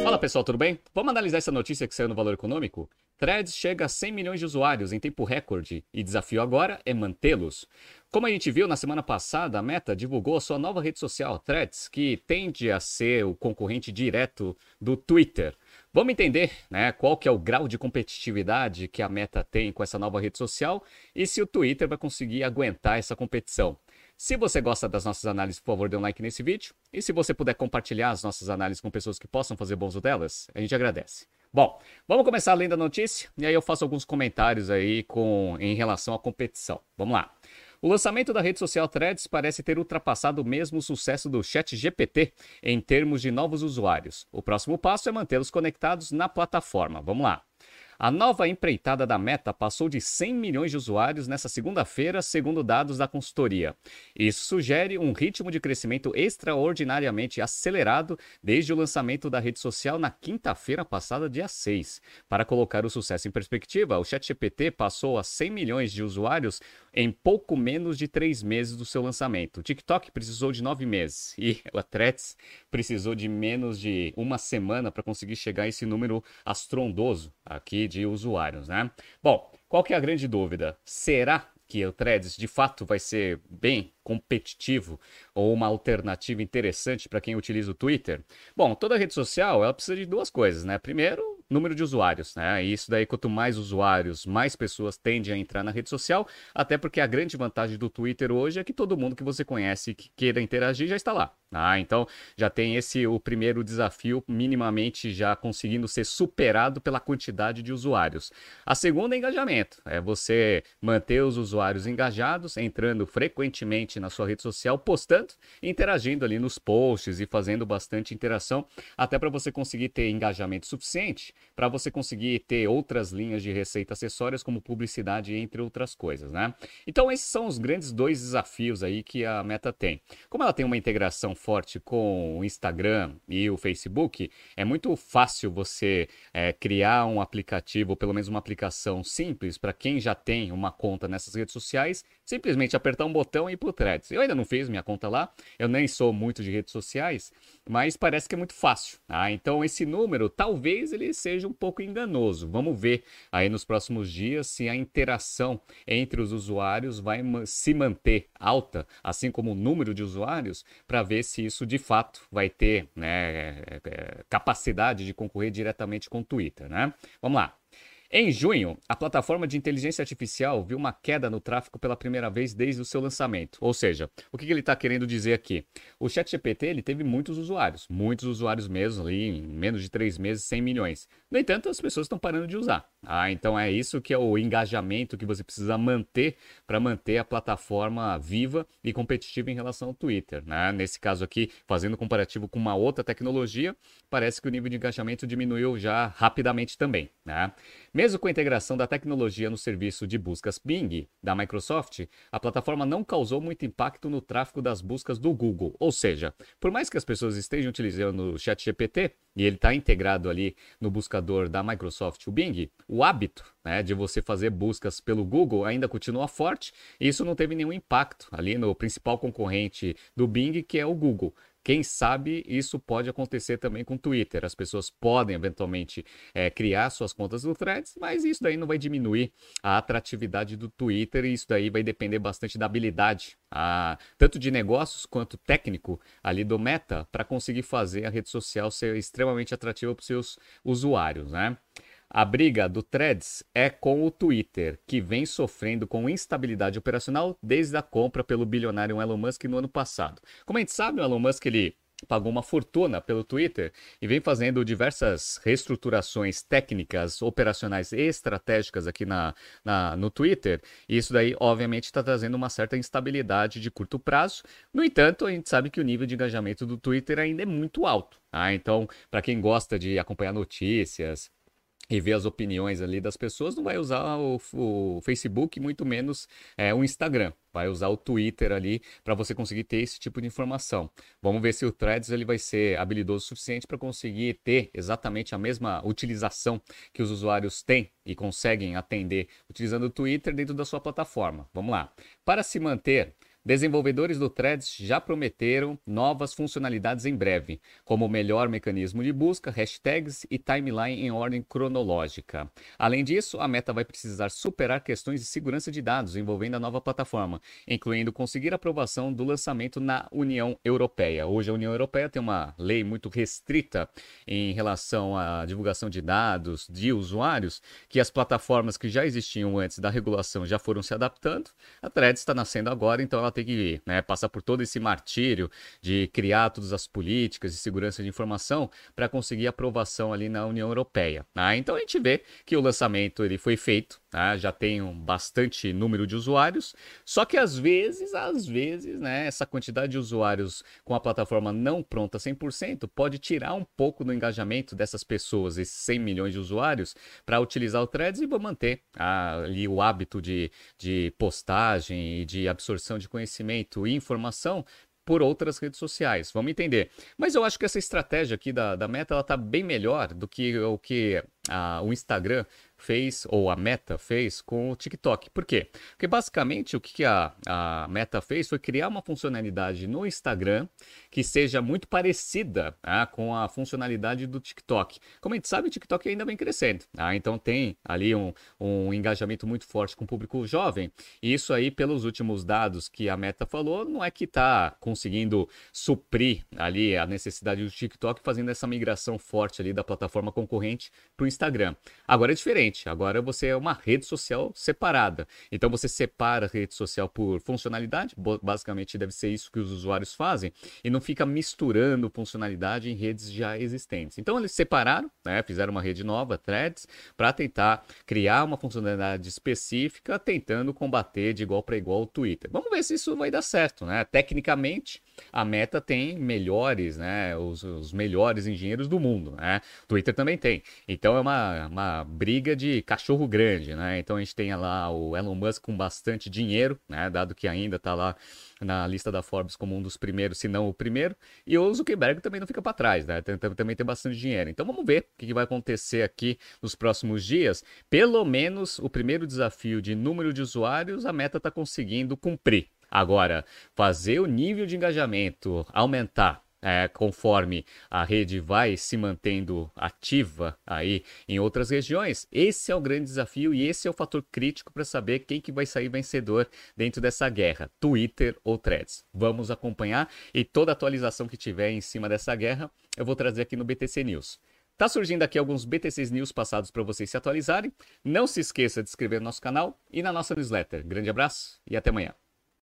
Fala pessoal, tudo bem? Vamos analisar essa notícia que saiu no Valor Econômico? Threads chega a 100 milhões de usuários em tempo recorde e desafio agora é mantê-los. Como a gente viu na semana passada, a Meta divulgou a sua nova rede social, Threads, que tende a ser o concorrente direto do Twitter. Vamos entender, qual que é o grau de competitividade que a Meta tem com essa nova rede social e se o Twitter vai conseguir aguentar essa competição. Se você gosta das nossas análises, por favor, dê um like nesse vídeo. E se você puder compartilhar as nossas análises com pessoas que possam fazer bom uso delas, a gente agradece. Bom, vamos começar lendo a notícia e aí eu faço alguns comentários aí em relação à competição. Vamos lá. O lançamento da rede social Threads parece ter ultrapassado mesmo o sucesso do ChatGPT em termos de novos usuários. O próximo passo é mantê-los conectados na plataforma. Vamos lá. A nova empreitada da Meta passou de 100 milhões de usuários nesta segunda-feira, segundo dados da consultoria. Isso sugere um ritmo de crescimento extraordinariamente acelerado desde o lançamento da rede social na quinta-feira passada, dia 6. Para colocar o sucesso em perspectiva, o ChatGPT passou a 100 milhões de usuários em pouco menos de 3 meses do seu lançamento. O TikTok precisou de 9 meses e a Threads precisou de menos de uma semana para conseguir chegar a esse número astrondoso aqui de usuários, né? Bom, qual que é a grande dúvida? Será que o Threads de fato vai ser bem competitivo ou uma alternativa interessante para quem utiliza o Twitter? Bom, toda rede social ela precisa de duas coisas, né? Primeiro, número de usuários, né? E isso daí, quanto mais usuários, mais pessoas tendem a entrar na rede social, até porque a grande vantagem do Twitter hoje é que todo mundo que você conhece que queira interagir já está lá. Então já tem o primeiro desafio minimamente já conseguindo ser superado pela quantidade de usuários. A segunda é engajamento, é você manter os usuários engajados, entrando frequentemente na sua rede social, postando, interagindo ali nos posts e fazendo bastante interação, até para você conseguir ter engajamento suficiente, para você conseguir ter outras linhas de receita acessórias como publicidade, entre outras coisas, né? Então esses são os grandes dois desafios aí que a Meta tem. Como ela tem uma integração forte com o Instagram e o Facebook, é muito fácil você criar um aplicativo, ou pelo menos uma aplicação simples, para quem já tem uma conta nessas redes sociais, simplesmente apertar um botão e ir pro Threads. Eu ainda não fiz minha conta lá, eu nem sou muito de redes sociais, mas parece que é muito fácil. Então esse número, talvez ele seja um pouco enganoso. Vamos ver aí nos próximos dias se a interação entre os usuários vai se manter alta, assim como o número de usuários, para ver se isso de fato vai ter capacidade de concorrer diretamente com o Twitter, né? Vamos lá. Em junho, a plataforma de inteligência artificial viu uma queda no tráfego pela primeira vez desde o seu lançamento. Ou seja, o que ele está querendo dizer aqui? O ChatGPT ele teve muitos usuários mesmo, ali em menos de 3 meses, 100 milhões. No entanto, as pessoas estão parando de usar. Então é isso que é o engajamento que você precisa manter para manter a plataforma viva e competitiva em relação ao Twitter, né? Nesse caso aqui, fazendo comparativo com uma outra tecnologia, parece que o nível de engajamento diminuiu já rapidamente também, né? Mesmo com a integração da tecnologia no serviço de buscas Bing da Microsoft, a plataforma não causou muito impacto no tráfego das buscas do Google. Ou seja, por mais que as pessoas estejam utilizando o ChatGPT e ele está integrado ali no buscador da Microsoft, o Bing, o hábito de você fazer buscas pelo Google ainda continua forte e isso não teve nenhum impacto ali no principal concorrente do Bing, que é o Google. Quem sabe isso pode acontecer também com o Twitter. As pessoas podem eventualmente criar suas contas no Threads, mas isso daí não vai diminuir a atratividade do Twitter e isso daí vai depender bastante da habilidade, tanto de negócios quanto técnico ali do Meta, para conseguir fazer a rede social ser extremamente atrativa para os seus usuários, né? A briga do Threads é com o Twitter, que vem sofrendo com instabilidade operacional desde a compra pelo bilionário Elon Musk no ano passado. Como a gente sabe, o Elon Musk ele pagou uma fortuna pelo Twitter e vem fazendo diversas reestruturações técnicas, operacionais e estratégicas aqui no Twitter. E isso daí, obviamente, está trazendo uma certa instabilidade de curto prazo. No entanto, a gente sabe que o nível de engajamento do Twitter ainda é muito alto. Então, para quem gosta de acompanhar notícias e ver as opiniões ali das pessoas, não vai usar o Facebook, muito menos o Instagram. Vai usar o Twitter ali para você conseguir ter esse tipo de informação. Vamos ver se o Threads ele vai ser habilidoso o suficiente para conseguir ter exatamente a mesma utilização que os usuários têm e conseguem atender utilizando o Twitter dentro da sua plataforma. Vamos lá. Para se manter Desenvolvedores do Threads já prometeram novas funcionalidades em breve, como o melhor mecanismo de busca, hashtags e timeline em ordem cronológica. Além disso, a Meta vai precisar superar questões de segurança de dados envolvendo a nova plataforma, incluindo conseguir aprovação do lançamento na União Europeia. Hoje a União Europeia tem uma lei muito restrita em relação à divulgação de dados de usuários, que as plataformas que já existiam antes da regulação já foram se adaptando. A Threads está nascendo agora, então ela tem que, né, passar por todo esse martírio de criar todas as políticas de segurança de informação para conseguir aprovação ali na União Europeia. Tá? Então a gente vê que o lançamento ele foi feito, tá? Já tem bastante número de usuários, só que às vezes, né, essa quantidade de usuários com a plataforma não pronta 100% pode tirar um pouco do engajamento dessas pessoas, esses 100 milhões de usuários, para utilizar o Threads e manter ali o hábito de postagem e de absorção de conhecimento e informação por outras redes sociais. Vamos entender. Mas eu acho que essa estratégia aqui da Meta, ela tá bem melhor do que o que o Instagram fez, ou a Meta fez com o TikTok. Por quê? Porque basicamente o que a Meta fez foi criar uma funcionalidade no Instagram que seja muito parecida com a funcionalidade do TikTok. Como a gente sabe, o TikTok ainda vem crescendo. Então tem ali um engajamento muito forte com o público jovem. E isso aí, pelos últimos dados que a Meta falou, não é que está conseguindo suprir ali a necessidade do TikTok, fazendo essa migração forte ali da plataforma concorrente para o Instagram. Agora é diferente, agora você é uma rede social separada. Então você separa a rede social por funcionalidade, basicamente deve ser isso que os usuários fazem, e não fica misturando funcionalidade em redes já existentes. Então eles separaram, né, fizeram uma rede nova, Threads, para tentar criar uma funcionalidade específica, tentando combater de igual para igual o Twitter. Vamos ver se isso vai dar certo, né? Tecnicamente, a Meta tem melhores, né, os melhores engenheiros do mundo, né? O Twitter também tem. Então é uma briga de cachorro grande, né? Então a gente tem lá o Elon Musk com bastante dinheiro, né? Dado que ainda está lá na lista da Forbes como um dos primeiros, se não o primeiro. E o Zuckerberg também não fica para trás, né? Também tem bastante dinheiro. Então vamos ver o que vai acontecer aqui nos próximos dias. Pelo menos o primeiro desafio de número de usuários, a Meta está conseguindo cumprir. Agora, fazer o nível de engajamento aumentar conforme a rede vai se mantendo ativa aí em outras regiões, esse é o grande desafio e esse é o fator crítico para saber quem que vai sair vencedor dentro dessa guerra, Twitter ou Threads. Vamos acompanhar e toda atualização que tiver em cima dessa guerra eu vou trazer aqui no BTC News. Tá surgindo aqui alguns BTCs News passados para vocês se atualizarem. Não se esqueça de se inscrever no nosso canal e na nossa newsletter. Grande abraço e até amanhã.